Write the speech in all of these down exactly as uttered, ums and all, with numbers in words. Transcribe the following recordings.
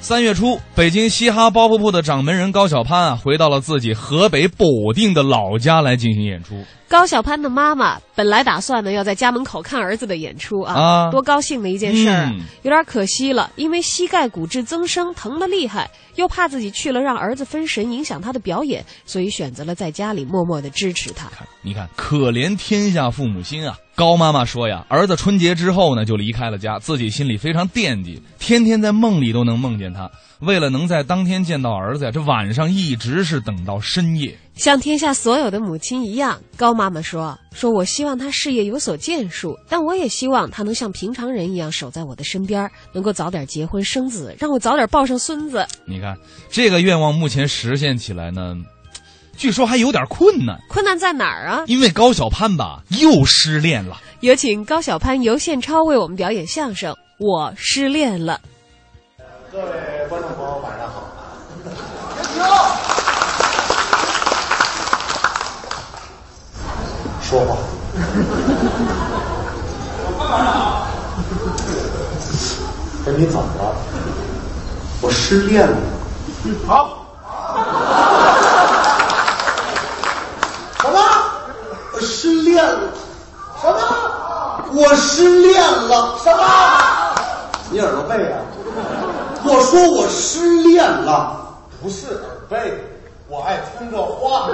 三月初，北京嘻哈包袱铺的掌门人高晓攀啊，回到了自己河北保定的老家来进行演出。 高晓攀的妈妈本来打算呢要在家门口看儿子的演出啊，啊多高兴的一件事儿啊！嗯、有点可惜了，因为膝盖骨质增生，疼得厉害，又怕自己去了让儿子分神，影响他的表演，所以选择了在家里默默的支持他。 你看，可怜天下父母心啊！高妈妈说呀，儿子春节之后呢就离开了家，自己心里非常惦记，天天在梦里都能梦见他。为了能在当天见到儿子呀，这晚上一直是等到深夜。 像天下所有的母亲一样，高妈妈说说我希望他事业有所建树，但我也希望他能像平常人一样守在我的身边，能够早点结婚生子，让我早点抱上孙子。 你看，这个愿望目前实现起来呢，据说还有点困难。 困难在哪儿啊？ 因为高晓攀吧又失恋了。 有请高晓攀、尤宪超为我们表演相声《我失恋了》。 各位观众朋友，晚上好。说话。不是你怎么了？我失恋了。好。什么？我失恋了。什么？我失恋了。什么？你耳朵背啊？我说我失恋了。不是耳背，我爱听这话。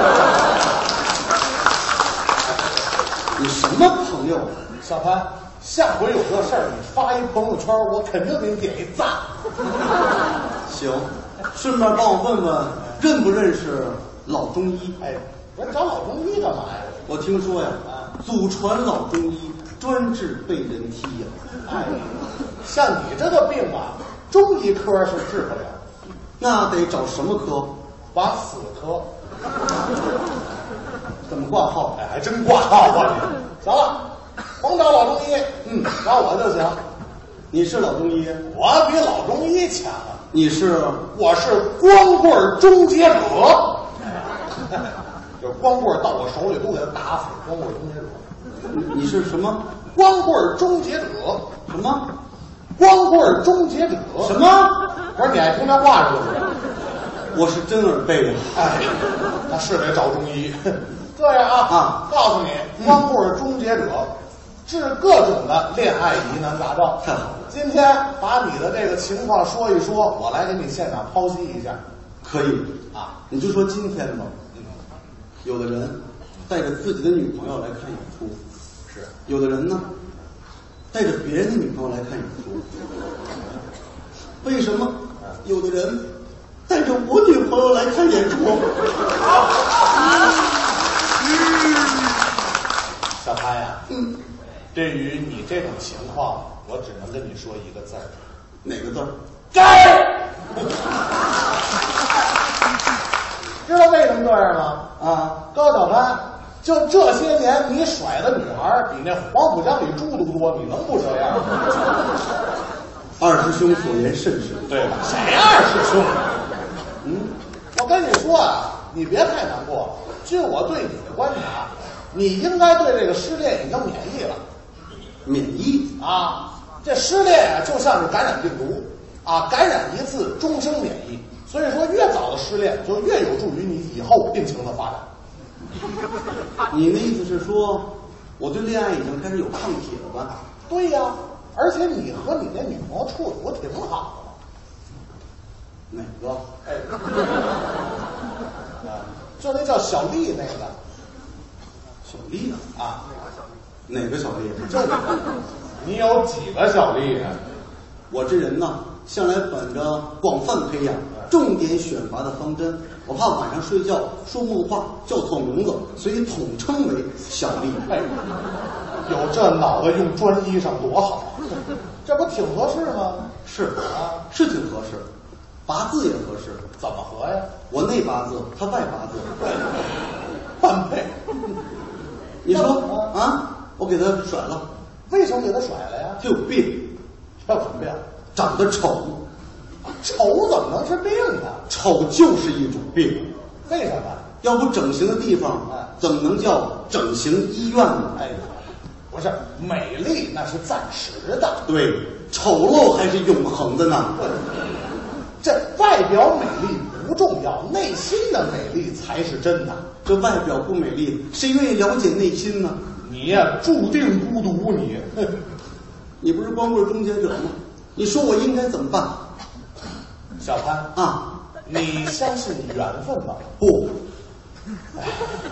你什么朋友？小潘，下回有这事儿，你发一朋友圈，我肯定给你点一赞。行，顺便帮我问问，认不认识老中医？哎，我找老中医干嘛呀？我听说呀，祖传老中医专治被人踢呀。哎，像你这个病啊，中医科是治不了，那得找什么科？把死科。怎么挂号？哎，还真挂号啊！你行了，甭找老中医，嗯，找我就行。你是老中医？我比老中医强啊！你是？我是光棍终结者，就是光棍到我手里都给他打死。光棍终结者，你是什么？光棍终结者？什么？光棍终结者？什么？不是你爱听这话是不是？我是真耳背呀！哎，那是得找中医。这样啊啊！告诉你，光棍终结者治各种的恋爱疑难杂症。太好了！今天把你的这个情况说一说，我来给你现场剖析一下。可以啊，你就说今天吧。嗯，有的人带着自己的女朋友来看演出，是；有的人呢带着别人的女朋友来看演出。为什么有的人带着我女朋友来看演出？小潘呀，嗯，对于你这种情况，我只能跟你说一个字儿。哪个字儿？该。知道为什么这样吗？啊，高晓攀，就这些年你甩的女孩比那黄浦江里猪都多，你能不这样吗？二师兄所言甚是。对吧？谁二师兄？嗯，我跟你说啊，你别太难过。据我对你的观察，你应该对这个失恋已经免疫了。免疫啊，这失恋啊就像是感染病毒啊，感染一次终生免疫。所以说，越早的失恋就越有助于你以后病情的发展。你的意思是说，我对恋爱已经开始有抗体了吧？对呀、啊，而且你和你那女朋友处的不挺好的吗？哪个？哎，啊，就那叫小丽那个。小丽呢？啊，哪个小丽？就你有几个小丽啊？我这人呢，向来本着广泛培养、重点选拔的方针，我怕晚上睡觉说梦话叫错名字，所以统称为小丽。哎，有这脑子用专一上多好，这不挺合适吗？是啊，是挺合适，八字也合适。怎么合呀？我内八字，他外八字，般配。你说啊，我给他甩了，为什么给他甩了呀？他有病。他有什么病？长得丑。丑怎么能是病呢？丑就是一种病。为什么？要不整形的地方，怎么能叫整形医院呢？哎，不是，美丽那是暂时的，对，丑陋还是永恒的呢。对， 这外表美丽不重要，内心的美丽才是真的。 这外表不美丽，谁愿意了解内心呢？ 你呀，注定孤独。你， 你不是光棍终结者吗？你说我应该怎么办？ 小潘啊， 你相信缘分吗？ 不。 哎，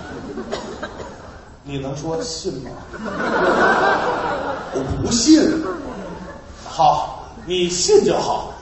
你能说信吗？ 我不信。 好，你信就好。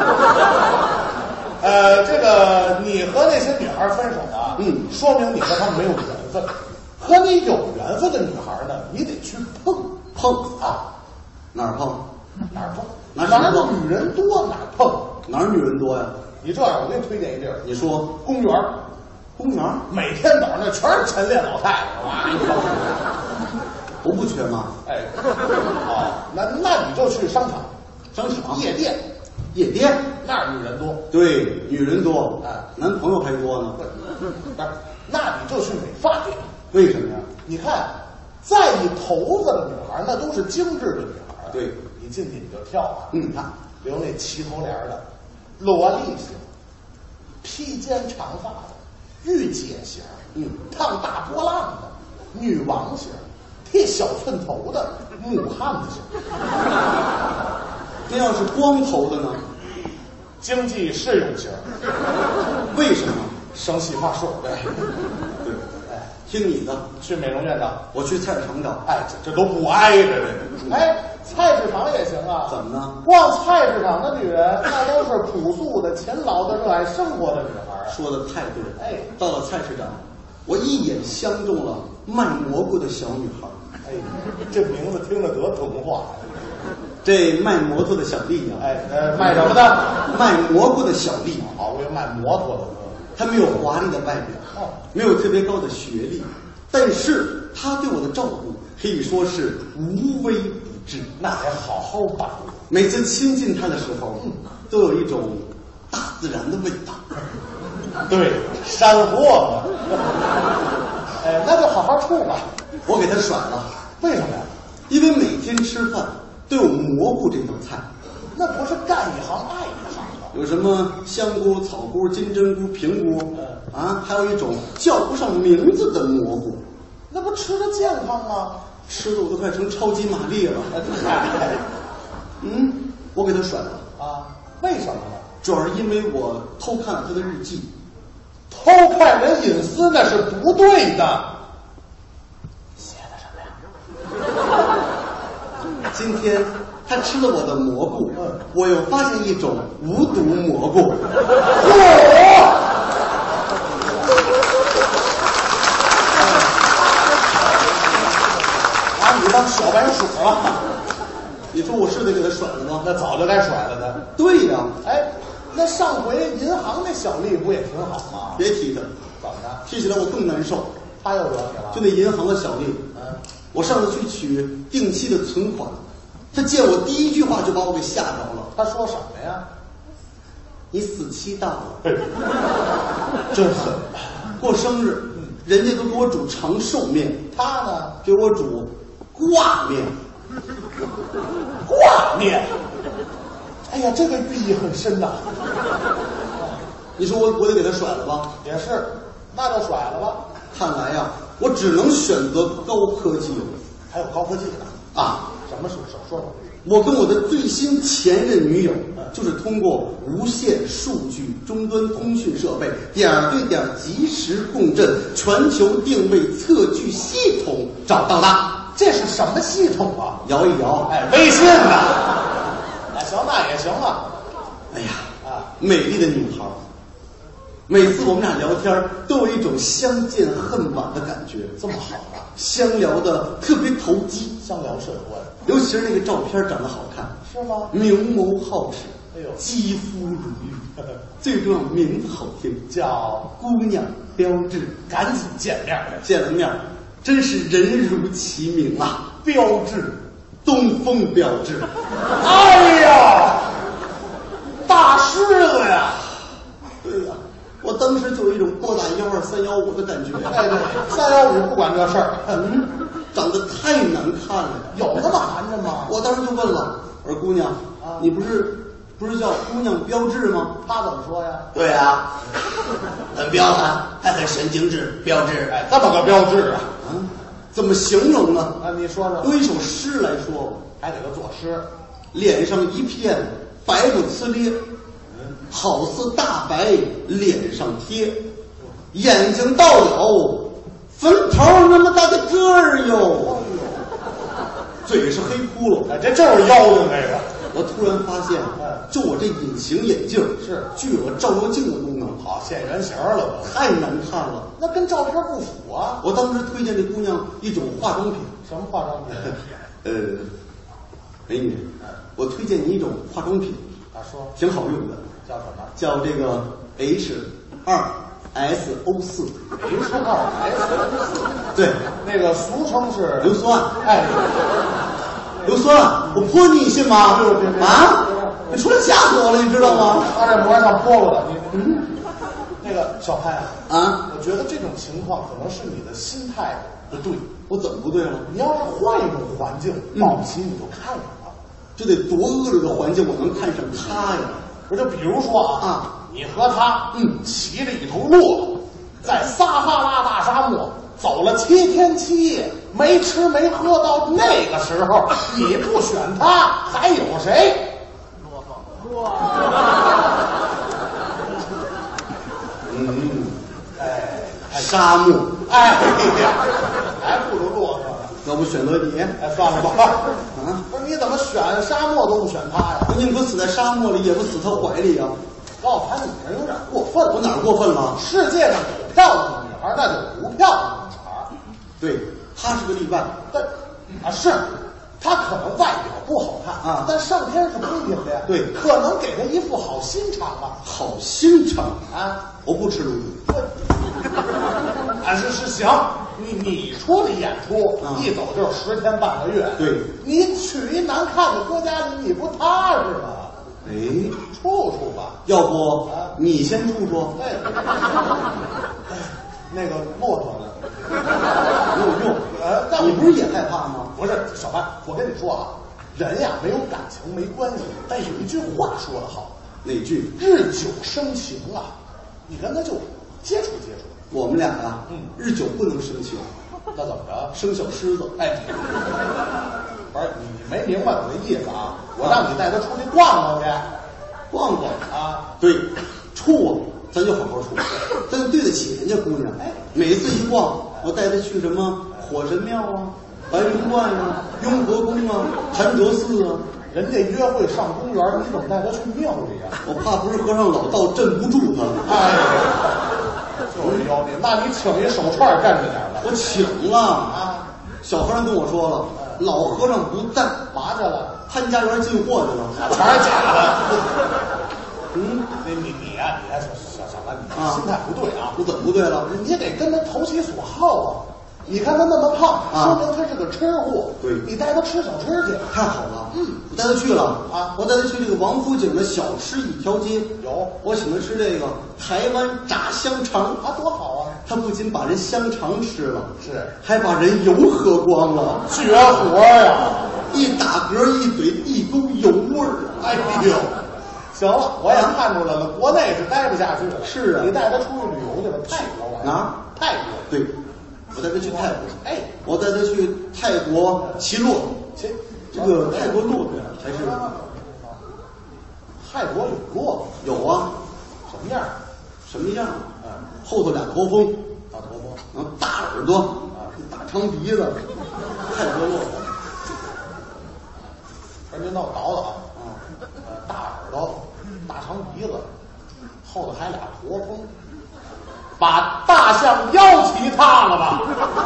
呃，这个你和那些女孩分手啊， 嗯， 说明你和她们没有缘分。和你有缘分的女孩呢，你得去碰碰啊， 哪儿碰？ 哪儿碰？ 哪儿女人多哪儿碰？ 哪儿女人多呀？ 你这样，我给你推荐一地儿。 你说公园儿， 公园儿， 每天早上那全是晨练老太太，哇，一帮人。 我不缺吗？ 哎，哦，那那你就去商场、 商场、 夜店、 夜店， 那儿女人多。 对，女人多， 哎， 男朋友还多呢。 不是，那你就去美发店。 为什么呀？ 你看，在意头发的女孩，那都是精致的女孩。 对， 你进去你就挑啊。 嗯， 你看，留那齐头帘的，萝莉型，披肩长发的，御姐型， 嗯， 烫大波浪的，女王型，剃小寸头的，母汉子型。 那要是光头的呢？ 经济适用型。 为什么？ 省洗发水呗。 对，哎，听你的， 去美容院找， 我去菜市场找。 哎，这这都不挨着这。哎，菜市场也行啊。 怎么呢？ 逛菜市场的女人，那都是朴素的、勤劳的、热爱生活的女孩。 说的太对了。 哎， 到了菜市场，我一眼相中了卖蘑菇的小女孩。 哎，这名字听着多童话呀！ 这卖摩托的小丽呀、啊， 哎，呃，卖什么的？ 卖蘑菇的小丽。 好，我以为卖摩托的。 她没有华丽的外表， 哦， 没有特别高的学历，但是她对我的照顾可以说是无微不至。 那得好好把握。 每次亲近她的时候， 嗯， 都有一种大自然的味道。 对，山货嘛。哎，那就好好处吧。 我给她甩了， 为什么呀？ 因为每天吃饭都有蘑菇这道菜。 那不是干一行爱一行吗？ 有什么香菇、草菇、金针菇、平菇， 嗯啊，还有一种叫不上名字的蘑菇。 那不吃的健康吗？ 吃的我都快成超级玛丽了。 哎， 嗯，我给他甩了啊？为什么呢？ 主要是因为我偷看了他的日记。 偷看人隐私那是不对的。写的什么呀？ 今天他吃了我的蘑菇，嗯，我又发现一种无毒蘑菇。嚯！ 把你当小白鼠了。 你说我是得给他甩了吗？ 那早就该甩了的。 对呀、啊。 哎，那上回银行那小丽不也挺好吗？ 别提他， 怎么着？ 提起来我更难受。 他又惹你了？ 就那银行的小丽， 嗯， 我上次去取定期的存款，他见我第一句话就把我给吓着了。 他说什么呀？ 你死期到了， 真狠！ 过生日，人家都给我煮长寿面， 他呢给我煮挂面。 挂面，哎呀，这个寓意很深呐。 你说我我得给他甩了吧？ 也是，那就甩了吧。 看来呀，我只能选择高科技了。 还有高科技呢啊？ 什么是说说说？ 我跟我的最新前任女友，就是通过无线数据终端通讯设备点对点即时共振全球定位测距系统找到的。 这是什么系统啊？ 摇一摇， 哎，微信呐。哎，行，那也行啊。 哎呀， 啊， 美丽的女孩，每次我们俩聊天都有一种相见恨晚的感觉。 这么好啊？ 相聊的特别投机， 相聊甚欢。 尤其是那个照片长得好看， 是吗？ 明眸皓齿， 哎呦， 肌肤如玉，最重要名字好听， 叫姑娘标致。 赶紧见面， 见了面，真是人如其名啊！ 标致， 东风标致。 哎呀，大狮子呀！ 对呀、啊，我当时就有一种拨打幺二三幺五的感觉。 哎对，三幺五不管这事儿。 嗯，长得太难看了呀！ 有那么寒碜吗？ 我当时就问了，我说姑娘， 啊， 你不是不是叫姑娘标致吗？ 他怎么说呀？ 对啊，很彪悍，还很神经质，标致。 哎，这么个标志啊？ 啊，怎么形容呢？ 啊，你说说。 用一首诗来说吧， 还得个作诗。 脸上一片白不呲咧，好似大白脸上贴，眼睛倒有坟头那么大的个儿哟，嘴是黑窟窿。 哎，这就是妖精这个。 我突然发现，就我这隐形眼镜是具有了照妖镜的功能， 好现原形了吧？ 太难看了， 那跟照片不符啊！ 我当时推荐这姑娘一种化妆品， 什么化妆品？ 呃，美女，我推荐你一种化妆品， 啊，说挺好用的， 叫什么？ 叫这个 H 二 S O 四 H 二 S O 四， 对， 那个俗称是硫酸。 哎， 硫酸，我泼你，你信吗？ 对对对啊，你出来吓死我了，你知道吗？ 他这膜上泼过的，你嗯，那个小潘啊， 啊， 我觉得这种情况可能是你的心态不对。 我怎么不对了？ 你要是换一种环境，保不齐你就看上了。 这得多恶劣的环境，我能看上他呀？ 我就比如说啊， 啊， 你和他， 嗯， 骑着一头骆驼，在撒哈拉大沙漠走了七天七夜，没吃没喝，到那个时候，你不选他，还有谁？骆驼。哇。 嗯， 哎， 沙漠， 哎呀，还不如骆驼呢。 要不选择你？ 哎，算了吧。 啊， 不是你怎么选沙漠都不选他呀？ 你不死在沙漠里，也不死他怀里啊？ 高晓攀，你这有点过分了。 我哪儿过分了？ 世界上有漂亮的女孩，那就有不漂亮的女孩。 对，他是个例外。 但啊，是，他可能外表不好看啊， 但上天是公平的呀。 对， 可能给他一副好心肠啊。 好心肠啊！ 我不吃卤煮。 啊，是是行，你你出的演出， 啊、 一走就是十天半个月。 对， 你去一难看的国家里，你不踏实吗？ 哎， 处处吧。 要不、啊、你先处处？ 哎，那个骆驼呢？ 没有用。 呃， 你不是也害怕吗？ 不是，小潘，我跟你说啊，人呀没有感情没关系，但有一句话说得好， 哪句？ 日久生情啊，你跟他就接触接触。 我们俩呀， 嗯， 日久不能生情， 那怎么着？ 生小狮子。 哎，不是你你没明白我的意思啊？我让你带他出去逛逛去， 逛逛啊？ 对，处啊，咱就好好处，咱就对得起人家姑娘。 哎， 每次一逛，我带她去什么火神庙啊、白云观啊、雍和宫啊、潭柘寺啊。 人家约会上公园，你怎么带他去庙里啊？ 我怕不是和尚老道镇不住他。 哎，就是妖孽，那你请一手串站着点了。 我请了啊，小和尚跟我说了，老和尚不在， 嘛去了？ 潘家园进货去了， 全是假的。 嗯， 你你你呀、啊，你呀、啊，小小兰，你啊， 心态不对啊！ 我怎么不对了？ 你得跟他投其所好啊！你看他那么胖， 啊、 说明他是个吃货。 对， 你带他吃小吃去， 太好了。 嗯， 我带他去了啊， 我带他去这个王府井的小吃一条街。 有， 我请他吃这个台湾炸香肠啊，多好啊！ 他不仅把人香肠吃了， 是， 还把人油喝光了， 绝活呀！ 一打嗝一嘴一沟油味儿。 哎呦！行了，我也看出来了，国内是待不下去了。 是啊， 你带他出去旅游去了，泰国玩啊？ 泰国， 对，我带他去泰国。 哎， 我带他去泰国骑骆驼。 骑这个泰国骆驼还是？ 泰国有骆驼？ 有啊。 什么样？ 什么样？ 嗯， 后头俩驼峰， 大驼峰， 然后大耳朵， 啊， 大长鼻子，泰国骆驼。 不是您让我倒倒啊。呃，大耳朵，大长鼻子，后头还俩驼峰，把大象腰骑塌了吧？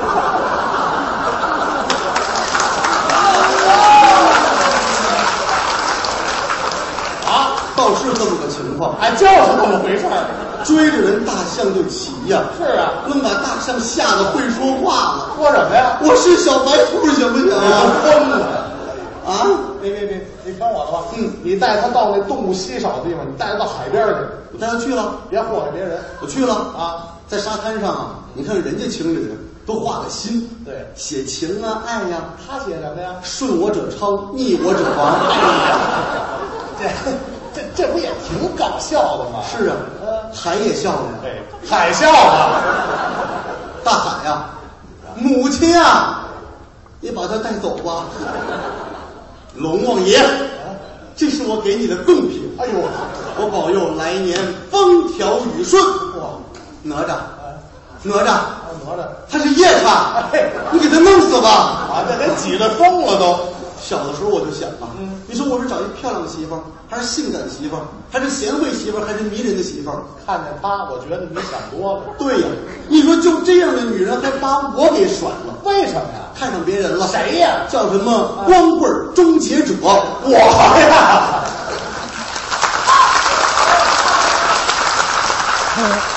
啊， 倒是这么个情况， 哎，就是这么回事儿。 追着人大象就骑呀、 是啊， 能把大象吓得会说话了。 说什么呀？ 我是小白兔，行不行啊？ 疯了！ 啊！ 别别别，你听我的吧。 嗯， 你带他到那动物稀少的地方，你带他到海边去。 我带他去了， 别祸害别人。 我去了啊， 在沙滩上啊，你看人家情侣都画个心， 对， 写情啊爱呀、啊。 他写什么呀？ 顺我者昌，逆我者亡。 哎呀，这这这不也挺搞笑的吗？ 是啊，海也笑了， 对，海笑了， 大海呀、啊，母亲呀，你把他带走吧。龙王爷，这是我给你的贡品。 哎呦， 我保佑来年风调雨顺。哇，哪吒，哪吒， 哪吒， 他是夜叉，你给他弄死吧！ 啊，这给挤得疯了都。 小的时候我就想啊，嗯，你说我是找一漂亮的媳妇儿，还是性感的媳妇儿，还是贤惠媳妇儿，还是迷人的媳妇儿？ 看见她，我觉得你想多了。 对呀，你说就这样的女人还把我给甩了， 为什么呀？看上别人了。 谁呀？ 叫什么光棍终结者？ 我呀。